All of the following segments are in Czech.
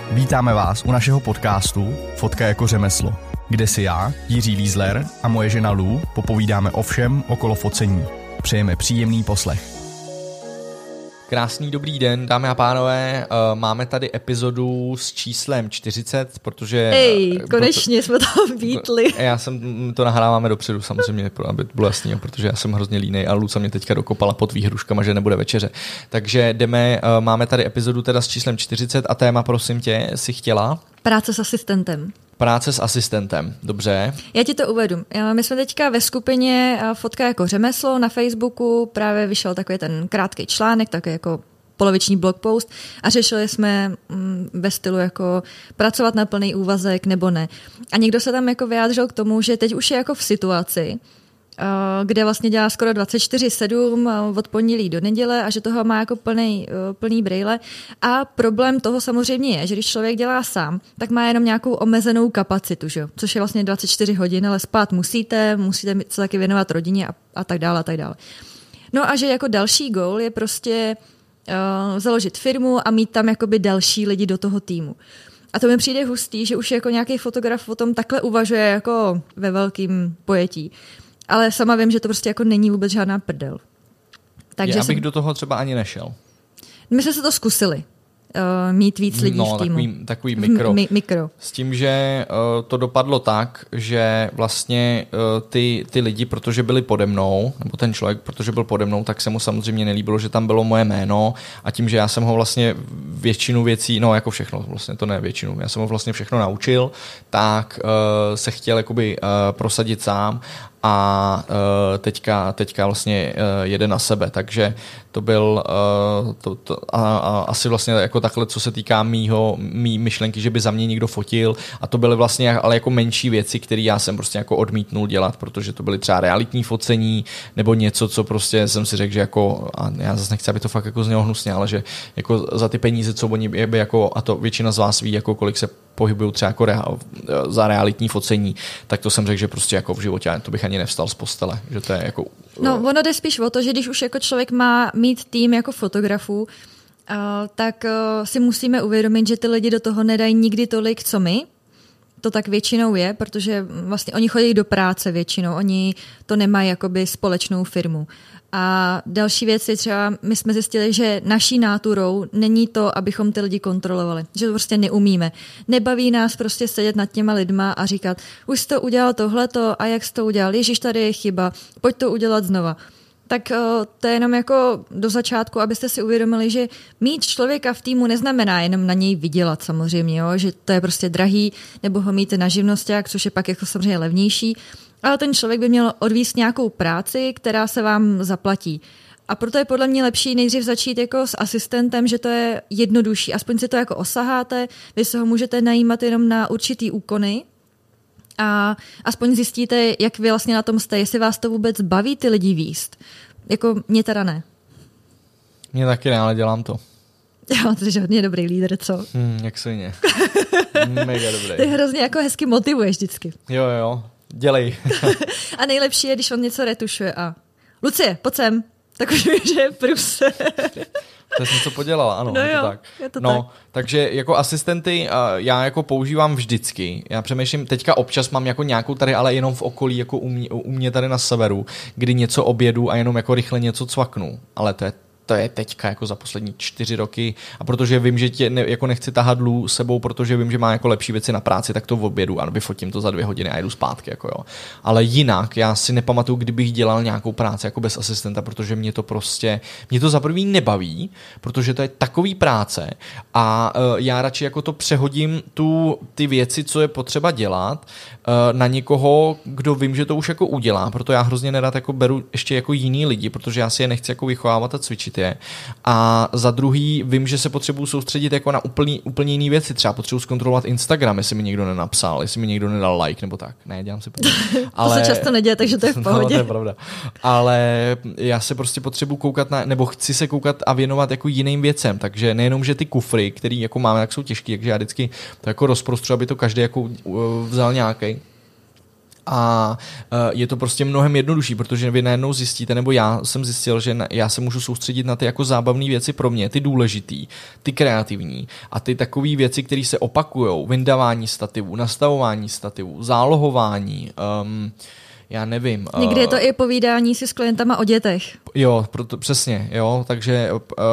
Vítáme vás u našeho podcastu Fotka jako řemeslo, kde si já, Jiří Lízler a moje žena Lou popovídáme o všem okolo focení. Přejeme příjemný poslech. Krásný dobrý den, dámy a pánové, máme tady epizodu s číslem 40, protože... Konečně jsme to vítli. To nahráváme dopředu samozřejmě, aby to bylo jasný, protože já jsem hrozně línej a Luca mě teďka dokopala pod výhruškama, že nebude večeře. Takže máme tady epizodu teda s číslem 40 a téma, prosím tě, si chtěla? Práce s asistentem. Práce s asistentem, dobře. Já ti to uvedu. My jsme teďka ve skupině Fotka jako řemeslo na Facebooku, právě vyšel takový ten krátký článek, takový jako poloviční blog post a řešili jsme ve stylu jako pracovat na plný úvazek nebo ne. A někdo se tam jako vyjádřil k tomu, že teď už je jako v situaci, kde vlastně dělá skoro 24/7 od pondělí do neděle a že toho má jako plný brejle. A problém toho samozřejmě je, že když člověk dělá sám, tak má jenom nějakou omezenou kapacitu, že? Což je vlastně 24 hodin, ale spát musíte se taky věnovat rodině a tak dále, a tak dále. No a že jako další goal je prostě založit firmu a mít tam jakoby další lidi do toho týmu. A to mi přijde hustý, že už jako nějaký fotograf o tom takhle uvažuje jako ve velkým pojetí. Ale sama vím, že to prostě jako není vůbec žádná prdel. Takže abych do toho třeba ani nešel. My jsme se to zkusili. Mít víc lidí v týmu. Takový mikro. S tím, že to dopadlo tak, že vlastně ty lidi, protože byli pode mnou, nebo ten člověk, protože byl pode mnou, tak se mu samozřejmě nelíbilo, že tam bylo moje jméno a tím, že já jsem ho vlastně většinu věcí, no jako všechno, vlastně to ne většinu, já jsem ho vlastně všechno naučil, tak se chtěl jakoby prosadit sám a teďka vlastně jede na sebe, takže to byl asi vlastně jako takhle, co se týká mý myšlenky, že by za mě někdo fotil a to byly vlastně ale jako menší věci, které já jsem prostě jako odmítnul dělat, protože to byly třeba realitní focení nebo něco, co prostě jsem si řekl, že jako, a já zase nechci, aby to fakt jako znělo hnusně, ale že jako za ty peníze, co oni by jako, a to většina z vás ví, jako kolik se pohybují třeba jako za realitní focení, tak to jsem řekl, že prostě jako v životě to bych ani nevstal z postele, že to je jako... No, ono jde spíš o to, že když už jako člověk má mít tým jako fotografů, tak si musíme uvědomit, že ty lidi do toho nedají nikdy tolik, co my. To tak většinou je, protože vlastně oni chodí do práce většinou, oni to nemají jakoby společnou firmu. A další věc je třeba, my jsme zjistili, že naší náturou není to, abychom ty lidi kontrolovali, že to prostě neumíme. Nebaví nás prostě sedět nad těma lidma a říkat, už jsi to udělal tohleto a jak jsi to udělal, ježiš, tady je chyba, pojď to udělat znova. Tak to je jenom jako do začátku, abyste si uvědomili, že mít člověka v týmu neznamená jenom na něj vydělat samozřejmě, jo? Že to je prostě drahý, nebo ho mít na živnosťák, což je pak jako samozřejmě levnější, ale ten člověk by měl odvést nějakou práci, která se vám zaplatí. A proto je podle mě lepší nejdřív začít jako s asistentem, že to je jednodušší, aspoň si to jako osaháte, vy se ho můžete najímat jenom na určitý úkony, a aspoň zjistíte, jak vy vlastně na tom jste, jestli vás to vůbec baví ty lidi víst. Jako mě teda ne. Mě taky ne, ale dělám to. Jo, to je hodně dobrý lídr, co? Jak svině. Mega dobrý. Ty hrozně jako hezky motivuješ vždycky. Jo, dělej. A nejlepší je, když on něco retušuje a Lucie, pojď sem. Tak už víš, že je průser. To jsem něco podělala, ano. No jo, tak. je to no, tak. Takže jako asistenty já jako používám vždycky. Já přemýšlím, teďka občas mám jako nějakou tady, ale jenom v okolí, jako u mě tady na severu, kdy něco objedu a jenom jako rychle něco cvaknu. Ale to je teďka jako za poslední 4 roky a protože vím, že tě jako nechci tahat Lou sebou, protože vím, že má jako lepší věci na práci, tak to v obědu a vyfotím to za 2 hodiny a jdu zpátky. Jako jo. Ale jinak já si nepamatuju, kdybych dělal nějakou práci jako bez asistenta, protože mě to za první nebaví, protože to je takový práce a já radši jako to přehodím ty věci, co je potřeba dělat na někoho, kdo vím, že to už jako udělá, proto já hrozně nerad jako beru ještě jako jiný lidi, protože já si je nechci jako vychovávat a cvičit je. A za druhý vím, že se potřebuji soustředit jako na úplně jiné věci. Třeba potřebuji zkontrolovat Instagram, jestli mi někdo nenapsal, jestli mi někdo nedal like nebo tak. Ne, dělám si ale... To se často neděje, takže to je v pohodě. No, to je pravda. Ale já se prostě potřebuji koukat nebo chci se koukat a věnovat jako jiným věcem. Takže nejenom, že ty kufry, který jako máme, tak jsou těžký, takže já vždycky to jako rozprostřu, aby to každý jako vzal nějaký. A je to prostě mnohem jednodušší, protože vy najednou zjistíte, nebo já jsem zjistil, že já se můžu soustředit na ty jako zábavné věci pro mě, ty důležitý, ty kreativní a ty takové věci, které se opakujou, vyndávání stativů, nastavování stativů, zálohování, já nevím. Někdy je to i povídání si s klientama o dětech. Jo, přesně, jo, takže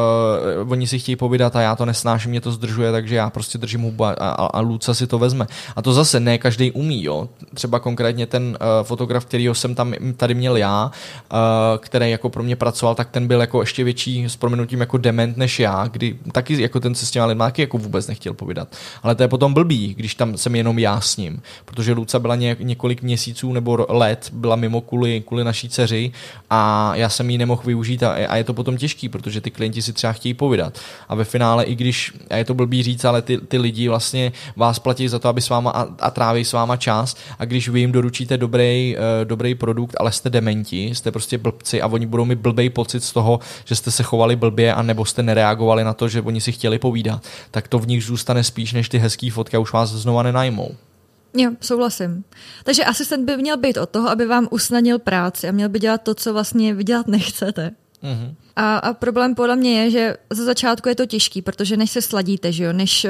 oni si chtějí povídat a já to nesnáším, mě to zdržuje, takže já prostě držím hubu a Luca si to vezme. A to zase ne každý umí, jo. Třeba konkrétně ten fotograf, kterýho jsem tady měl já, který jako pro mě pracoval, tak ten byl jako ještě větší s prominutím jako dement než já, kdy taky jako ten se s těma lidma taky jako vůbec nechtěl povídat. Ale to je potom blbý, když tam jsem jenom já s ním, protože Luca byla několik měsíců nebo let byla mimo kvůli naší dceři a já jsem ji nemohl využít a je to potom těžký, protože ty klienti si třeba chtějí povídat. A ve finále, i když, a je to blbý říct, ale ty lidi vlastně vás platí za to, aby s váma a tráví s váma čas a když vy jim doručíte dobrý produkt, ale jste dementi, jste prostě blbci a oni budou mít blbej pocit z toho, že jste se chovali blbě a nebo jste nereagovali na to, že oni si chtěli povídat, tak to v nich zůstane spíš než ty hezký fotky a už vás znova nenajmou. Jo, souhlasím. Takže asistent by měl být od toho, aby vám usnadnil práci a měl by dělat to, co vlastně vy dělat nechcete. Mm-hmm. A problém podle mě je, že za začátku je to těžký, protože než se sladíte, že jo, než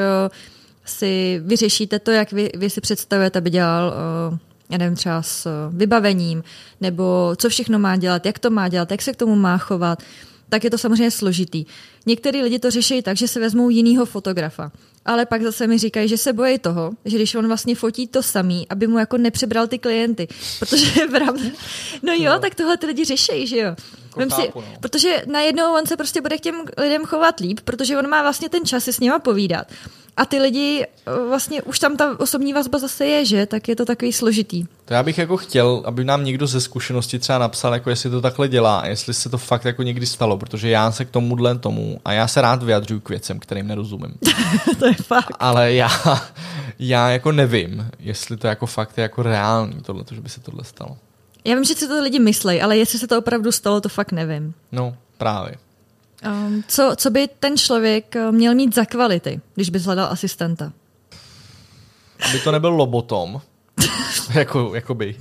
si vyřešíte to, jak vy si představujete, aby dělal, já nevím, třeba s vybavením, nebo co všechno má dělat, jak to má dělat, jak se k tomu má chovat, tak je to samozřejmě složitý. Některý lidi to řeší tak, že se vezmou jinýho fotografa. Ale pak zase mi říkají, že se bojí toho, že když on vlastně fotí to samý, aby mu jako nepřebral ty klienty. Protože je pravda. No jo, tak tohle ty lidi řeší, že jo. Protože najednou on se prostě bude k těm lidem chovat líp, protože on má vlastně ten čas si s nima povídat. A ty lidi, vlastně už tam ta osobní vazba zase je, že? Tak je to takový složitý. To já bych jako chtěl, aby nám někdo ze zkušenosti třeba napsal, jako jestli to takhle dělá a jestli se to fakt jako někdy stalo, protože já se k tomu a já se rád vyjadřuju k věcem, kterým nerozumím. To je fakt. Ale já jako nevím, jestli to jako fakt je jako reálný tohleto, že by se tohle stalo. Já vím, že si to lidi myslí, ale jestli se to opravdu stalo, to fakt nevím. No, právě. Co by ten člověk měl mít za kvality, když by hledal asistenta? Aby to nebyl lobotom. Jakoby.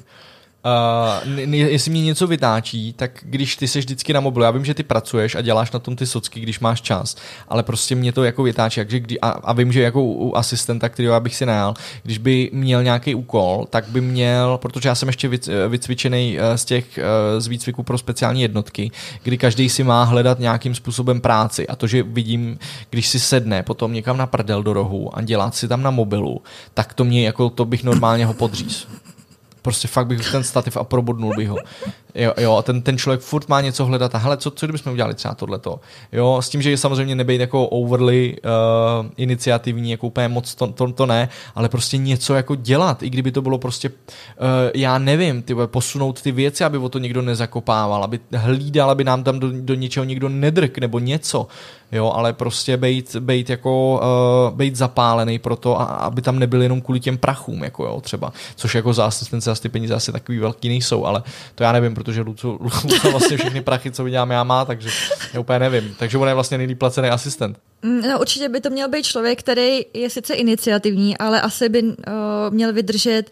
Jestli mě něco vytáčí, tak když ty seš vždycky na mobilu, já vím, že ty pracuješ a děláš na tom ty socky, když máš čas, ale prostě mě to jako vytáčí, a vím, že jako u asistenta, kterého já bych si najal, když by měl nějaký úkol, tak by měl, protože já jsem ještě vycvičený z výcviku pro speciální jednotky, kdy každý si má hledat nějakým způsobem práci a to, že vidím, když si sedne potom někam na prdel do rohu a dělat si tam na mobilu, tak to mě jako, to bych normálně ho podříz. Prostě fakt bych ten stativ a probodnul bych ho. Jo, a ten člověk furt má něco hledat a hele, co kdybychom udělali třeba tohleto. Jo, s tím, že je samozřejmě nebejt jako overly iniciativní, jako úplně moc to ne, ale prostě něco jako dělat, i kdyby to bylo prostě, já nevím, posunout ty věci, aby o to někdo nezakopával, aby hlídal, aby nám tam do něčeho někdo nedrk nebo něco. Jo, ale prostě bejt zapálený pro to, aby tam nebyl jenom kvůli těm prachům, jako jo, třeba. Což jako za asistence asi ty peníze asi takový velký nejsou, ale to já nevím, protože Luca vlastně všechny prachy, co vydělám já má, takže já úplně nevím. Takže on je vlastně nejlíp placený asistent. No určitě by to měl být člověk, který je sice iniciativní, ale asi by měl vydržet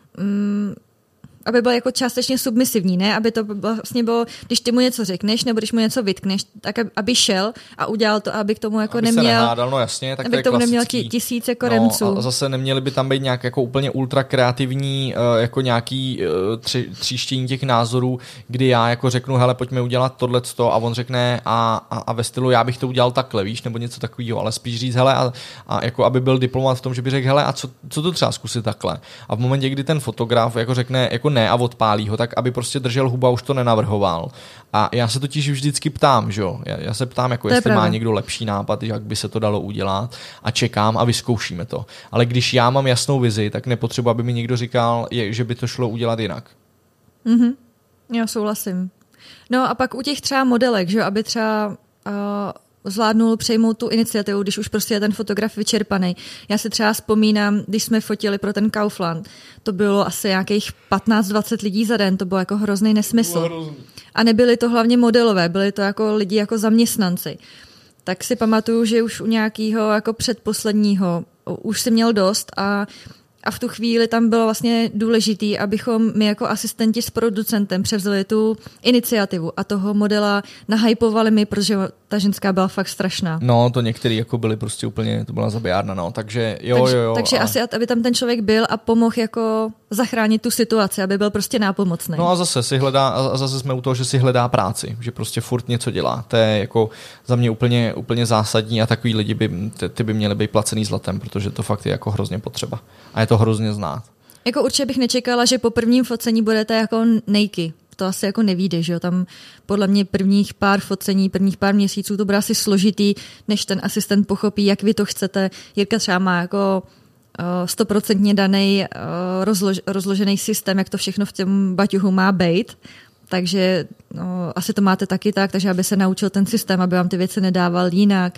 aby byl jako částečně submisivní, ne? Aby to vlastně bylo, když ty mu něco řekneš, nebo když mu něco vytkneš, tak aby šel a udělal to, aby k tomu jako aby neměl... se nehádal, no jasně, tak aby k tomu neměl tisíc jako remců. A zase neměli by tam být nějak jako úplně ultra kreativní, jako nějaký tříštění těch názorů, kdy já jako řeknu, hele, pojďme udělat tohleto a on řekne a ve stylu já bych to udělal takhle, víš, nebo něco takového, ale spíš říct, hele, a jako aby byl diplomat v tom, že by řekl, hele, a co to třeba zkusit takhle. A v momentě, kdy ten fotograf jako řekne, jako ne a odpálí ho, tak aby prostě držel hubu a už to nenavrhoval. A já se totiž vždycky ptám, že jo, já se ptám, jako jestli má někdo lepší nápad, jak by se to dalo udělat a čekám a vyzkoušíme to. Ale když já mám jasnou vizi, tak nepotřebuji, aby mi někdo říkal, že by to šlo udělat jinak. Mhm, já souhlasím. No a pak u těch třeba modelek, že jo, aby třeba zvládnul přejmout tu iniciativu, když už prostě je ten fotograf vyčerpaný. Já si třeba vzpomínám, když jsme fotili pro ten Kaufland, to bylo asi nějakých 15-20 lidí za den, to bylo jako hrozný nesmysl. A nebyli to hlavně modelové, byli to jako lidi jako zaměstnanci. Tak si pamatuju, že už u nějakého jako předposledního už si měl dost a A v tu chvíli tam bylo vlastně důležitý, abychom my jako asistenti s producentem převzali tu iniciativu a toho modela nahypovali my, protože ta ženská byla fakt strašná. No, to některý jako byli prostě úplně, to byla zabijárna, no, takže jo. Takže asi, aby tam ten člověk byl a pomohl jako zachránit tu situaci, aby byl prostě nápomocný. No a zase jsme u toho, že si hledá práci, že prostě furt něco dělá. To je jako za mě úplně zásadní a takový lidi ty by měli být placený zlatem, protože to fakt je jako hrozně potřeba. A je to hrozně znát. Jako určitě bych nečekala, že po prvním focení budete jako nejky. To asi jako nevíde, že jo? Tam podle mě prvních pár focení, prvních pár měsíců to bude asi složitý, než ten asistent pochopí, jak vy to chcete. Jirka třeba má jako 100% daný rozložený systém, jak to všechno v tom baťuhu má být. Takže asi to máte taky tak, takže aby se naučil ten systém, aby vám ty věci nedával jinak.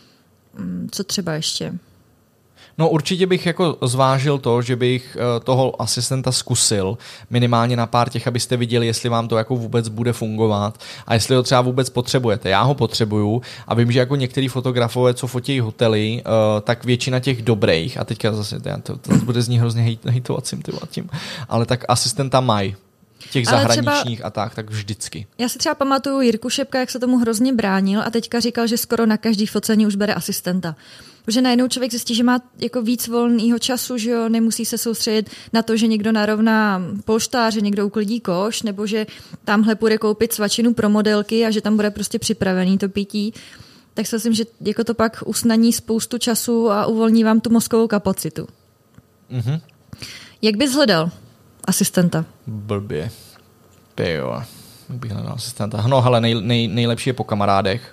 Co třeba ještě? No určitě bych jako zvážil to, že bych toho asistenta zkusil minimálně na pár těch, abyste viděli, jestli vám to jako vůbec bude fungovat a jestli ho třeba vůbec potřebujete. Já ho potřebuju a vím, že jako některý fotografové, co fotí hotely, tak většina těch dobrých, a teďka zase to bude znít hrozně hejtovacím tím, ale tak asistenta mají. Těch zahraničních a tak vždycky. Já si třeba pamatuju Jirku Šepka, jak se tomu hrozně bránil a teďka říkal, že skoro na každý focení už bere asistenta. Protože najednou člověk zjistí, že má jako víc volného času, že jo, nemusí se soustředit na to, že někdo narovná polštář, že někdo uklidí koš, nebo že tamhle půjde koupit svačinu pro modelky a že tam bude prostě připravený to pití. Tak si myslím, že jako to pak usnadní spoustu času a uvolní vám tu mozkovou kapacitu. Mhm. Jak bys hledal asistenta? Blbě. Pijo. Jak bych hledal asistenta? No hele, nejlepší je po kamarádech.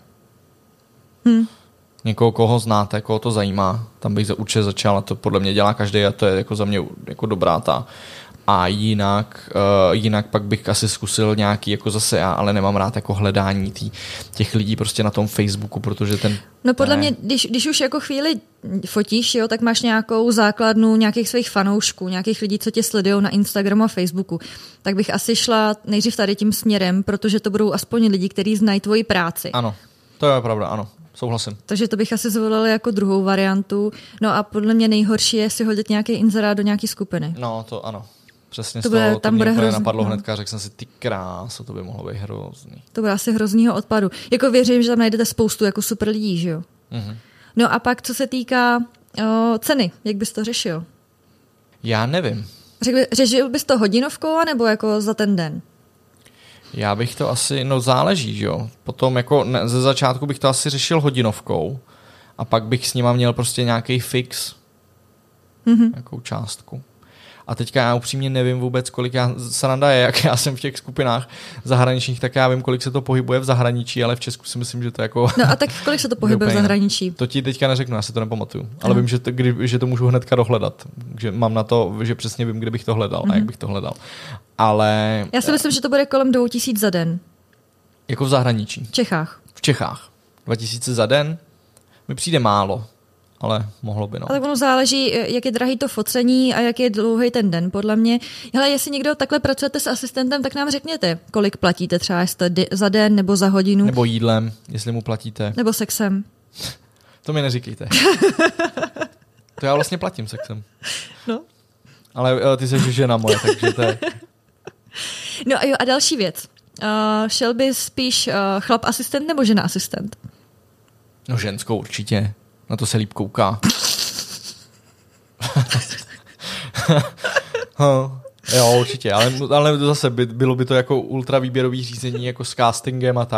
Někoho, koho znáte, koho to zajímá. Tam bych určitě začal a to podle mě dělá každý a to je jako za mě jako dobrá ta. A jinak pak bych asi zkusil nějaký, jako zase já, ale nemám rád jako hledání těch lidí prostě na tom Facebooku, protože ten... No podle mě, když už jako chvíli fotíš, jo, tak máš nějakou základnu nějakých svých fanoušků, nějakých lidí, co tě sledují na Instagramu a Facebooku. Tak bych asi šla nejdřív tady tím směrem, protože to budou aspoň lidi, kteří znají tvoji práci. Ano, to je pravda, ano. Souhlasím. Takže to bych asi zvolila jako druhou variantu. No a podle mě nejhorší je si hodit nějaký inzerát do nějaké skupiny. No, to ano. Přesně to bude, to mě úplně napadlo hnedka, řekl jsem si, ty kráso, to by mohlo být hrozný. To bude asi hroznýho odpadu. Jako věřím, že tam najdete spoustu jako super lidí, že jo? Mm-hmm. No a pak, co se týká ceny, jak bys to řešil? Já nevím. Řešil bys to hodinovkou, nebo jako za ten den? Já bych to asi, záleží, že jo. Potom jako ze začátku bych to asi řešil hodinovkou a pak bych s nima měl prostě nějaký fix, nějakou částku. A teďka já upřímně nevím vůbec, kolik sranda je, jak já jsem v těch skupinách zahraničních, tak já vím, kolik se to pohybuje v zahraničí, ale v Česku si myslím, že to jako... No a tak kolik se to pohybuje v zahraničí? To ti teďka neřeknu, já si to nepamatuju. Ale vím, že to můžu hnedka dohledat. Že mám na to, že přesně vím, kde bych to hledal a jak bych to hledal. Ale... Já si myslím, že to bude kolem 2000 za den. Jako v zahraničí? V Čechách. V Čechách. 2000 za den mi přijde málo. Ale mohlo by, no. Ale ono záleží, jak je drahý to focení a jak je dlouhý ten den, podle mě. Hele, jestli někdo takhle pracujete s asistentem, tak nám řekněte, kolik platíte třeba, jestli za den nebo za hodinu. Nebo jídlem, jestli mu platíte. Nebo sexem. To mi neříkejte. To já vlastně platím sexem. No. Ale ty jsi žena moje, takže to je... No a jo, a další věc. Šel bys spíš chlap asistent nebo žena asistent? No ženskou určitě. Na to se líp kouká. Jo, určitě, ale zase bylo by to jako ultra výběrový řízení jako s castingem a tak.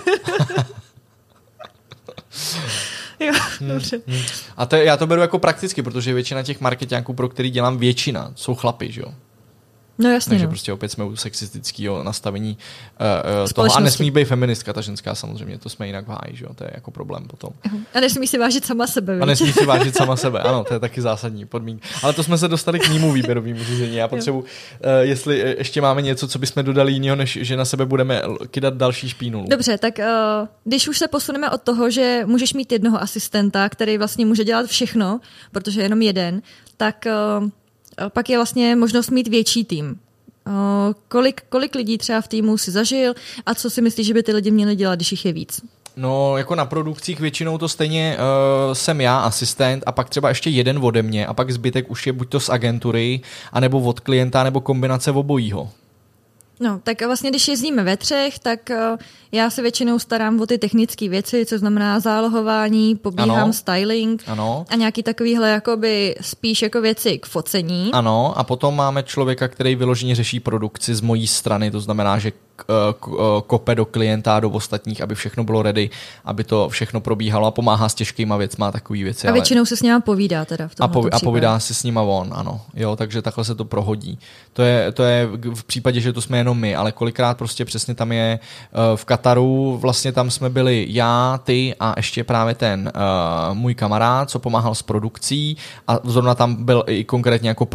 Jo, dobře. A já to beru jako prakticky, protože většina těch marketáků, pro který dělám jsou chlapi, že jo? No jasně. Takže prostě opět jsme u sexistického nastavení toho. A nesmí být feministka, ta ženská samozřejmě, to jsme jinak v háji, že jo? To je jako problém potom. A nesmí si vážit sama sebe. A nesmí si vážit sama sebe, ano, to je taky zásadní podmínka. Ale to jsme se dostali k mému výběrovému řízení. Já potřebuji, jestli ještě máme něco, co bychom dodali jiného, než že na sebe budeme kydat další špínu. Dobře, tak když už se posuneme od toho, že můžeš mít jednoho asistenta, který vlastně může dělat všechno, protože je jenom jeden, tak... Pak je vlastně možnost mít větší tým. Kolik lidí třeba v týmu si zažil a co si myslíš, že by ty lidi měli dělat, když jich je víc? No, jako na produkcích většinou to stejně jsem já, asistent, a pak třeba ještě jeden ode mě, a pak zbytek už je buď to z agentury, anebo od klienta, nebo kombinace obojího. No, tak vlastně, když jezdíme ve třech, tak já se většinou starám o ty technické věci, co znamená zálohování, pobíhám styling a nějaký takovýhle jakoby spíš jako věci k focení. Ano, a potom máme člověka, který vyloženě řeší produkci z mojí strany, to znamená, že kope do klienta a do ostatních, aby všechno bylo ready, aby to všechno probíhalo a pomáhá s těžkýma věcma a takový věci. A většinou se s nima povídá teda v tomto a povídá si s nima on, ano. Jo, takže takhle se to prohodí. To je v případě, že to jsme jenom my, ale kolikrát prostě přesně tam je v Kataru, vlastně tam jsme byli já, ty a ještě právě ten můj kamarád, co pomáhal s produkcí, a zrovna tam byl i konkrétně jako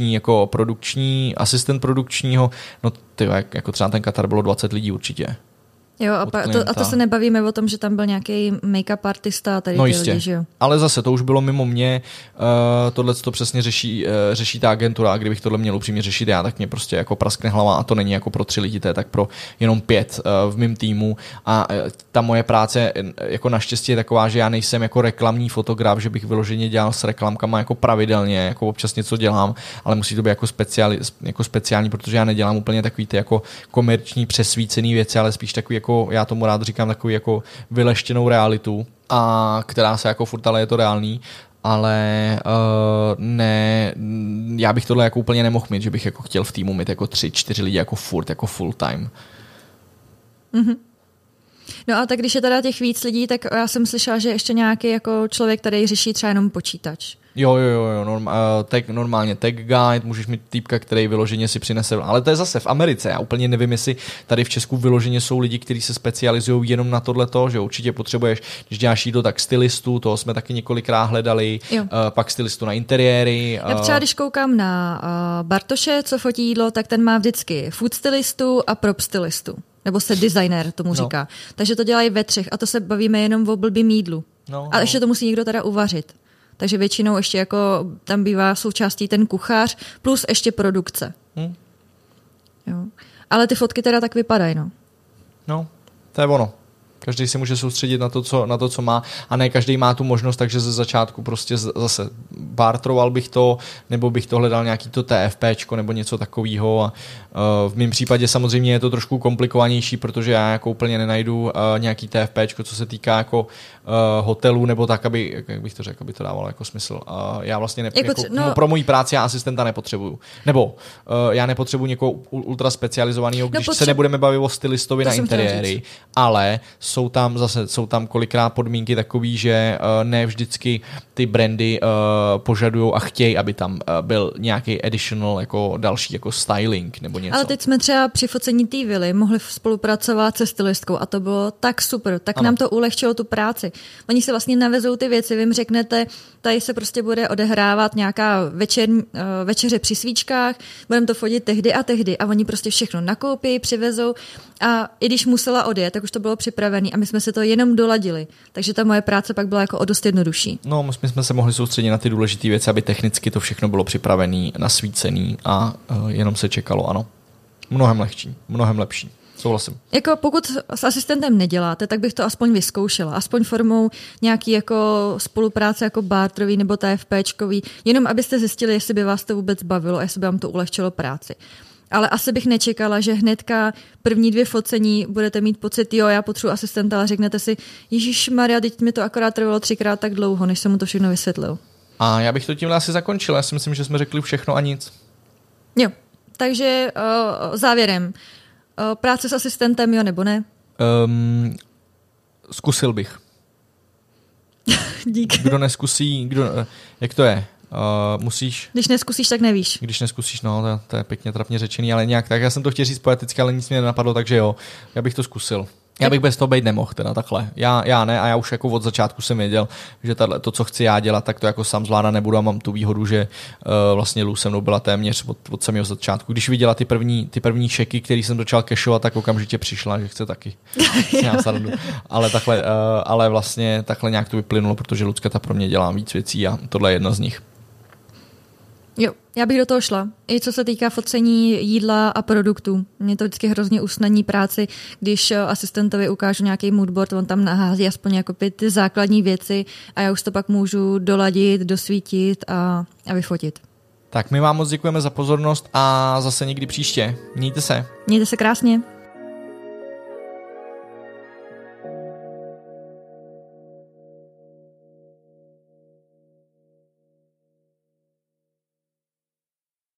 produkční asistent produkčního, no tyjo, jako třeba ten Katar bylo 20 lidí určitě. Jo, a to se nebavíme o tom, že tam byl nějaký make-up artista a tady no ty jistě. lidi, že jo? Ale zase to už bylo mimo mě, tohle to přesně řeší ta agentura, a kdybych tohle měl upřímně řešit já, tak mě prostě jako praskne hlava, a to není jako pro 3 lidi, to je tak pro jenom 5 v mém týmu, a ta moje práce jako naštěstí je taková, že já nejsem jako reklamní fotograf, že bych vyloženě dělal s reklamkama jako pravidelně, jako občas něco dělám, ale musí to být jako speciální, protože já nedělám úplně takový ty jako komerční přesvícený věci, ale spíš takový jako, já tomu rád říkám, takový jako vyleštěnou realitu, a která se jako furt, ale je to reálný, ale ne, já bych tohle jako úplně nemohl mít, že bych jako chtěl v týmu mít jako 3-4 lidi jako furt, jako full time. Mhm. No a tak když je teda těch víc lidí, tak já jsem slyšela, že ještě nějaký jako člověk tady řeší třeba jenom počítač. Jo, normálně tech guide, můžeš mít týpka, který vyloženě si přinese, ale to je zase v Americe, já úplně nevím, jestli tady v Česku vyloženě jsou lidi, kteří se specializují jenom na tohleto, že určitě potřebuješ, když děláš jídlo, tak stylistu, toho jsme taky několikrát hledali, pak stylistu na interiéry. Já třeba, když koukám na Bartoše, co fotí jídlo, tak ten má vždycky food stylistu a prop stylistu. Nebo set designer tomu říká. Takže to dělají ve 3 a to se bavíme jenom o blbým jídlu. A ještě to musí někdo teda uvařit. Takže většinou ještě jako tam bývá součástí ten kuchař plus ještě produkce. Jo. Ale ty fotky teda tak vypadají, no. No, to je ono. Každý si může soustředit na to, co má, a ne každý má tu možnost, takže ze začátku prostě zase bartroval bych to, nebo bych to hledal nějaký to TFPčko nebo něco takového, a v mém případě samozřejmě je to trošku komplikovanější, protože já jako úplně nenajdu nějaký TFPčko, co se týká jako hotelů, nebo tak, aby, jak bych to řekl, aby to dávalo jako smysl. Já vlastně pro moji práci já asistenta nepotřebuju. Nebo já nepotřebuji někoho ultra specializovaného, když se nebudeme bavit o stylistovi na interiéry, ale jsou tam kolikrát podmínky takový, že ne vždycky ty brandy požadují a chtějí, aby tam byl nějaký additional jako další jako styling nebo něco. Ale teď jsme třeba při focení té vily mohli spolupracovat se stylistkou a to bylo tak super, tak nám to ulehčilo tu práci. Oni se vlastně navezou ty věci, vy jim řeknete, tady se prostě bude odehrávat nějaká večeře při svíčkách, budeme to fotit tehdy a tehdy, a oni prostě všechno nakoupí, přivezou, a i když musela odjet, tak už to bylo připravené a my jsme se to jenom doladili. Takže ta moje práce pak byla jako o dost jednodušší. No, my jsme se mohli soustředit na ty důležité věci, aby technicky to všechno bylo připravené, nasvícené a jenom se čekalo, ano. Mnohem lepší. Souhlasím. Jako pokud s asistentem neděláte, tak bych to aspoň vyzkoušela. Aspoň formou nějaký jako spolupráce jako barterový nebo TFPčkový, jenom abyste zjistili, jestli by vás to vůbec bavilo a jestli by vám to ulehčilo práci. Ale asi bych nečekala, že hnedka první 2 focení budete mít pocit, jo, já potřebuji asistenta, ale řeknete si, ježišmarja, teď mi to akorát trvalo 3krát tak dlouho, než jsem mu to všechno vysvětlil. A já bych to tímhle asi zakončil. Já si myslím, že jsme řekli všechno a nic. Jo, takže závěrem. Práce s asistentem, jo nebo ne? Zkusil bych. Dík. Kdo neskusí, jak to je? Musíš... Když neskusíš, tak nevíš. Když neskusíš, no, to je pěkně trapně řečený, ale nějak tak. Já jsem to chtěl říct poeticky, ale nic mě nenapadlo, takže jo, já bych to zkusil. Já bych bez toho být nemohl, teda takhle. Já ne, a já už jako od začátku jsem věděl, že to, co chci já dělat, tak to jako sám zvládat nebudu, a mám tu výhodu, že vlastně Lou se mnou byla téměř od samého začátku. Když viděla ty první šeky, který jsem začal cashovat, tak okamžitě přišla, že chce taky. Ale vlastně takhle nějak to vyplynulo, protože Lucka ta pro mě dělá víc věcí a tohle je jedna z nich. Jo, já bych do toho šla. I co se týká focení jídla a produktů. Mě to vždycky hrozně usnadní práci, když asistentovi ukážu nějaký moodboard, on tam nahází aspoň jako ty základní věci a já už to pak můžu doladit, dosvítit a vyfotit. Tak my vám moc děkujeme za pozornost a zase někdy příště. Mějte se. Mějte se krásně.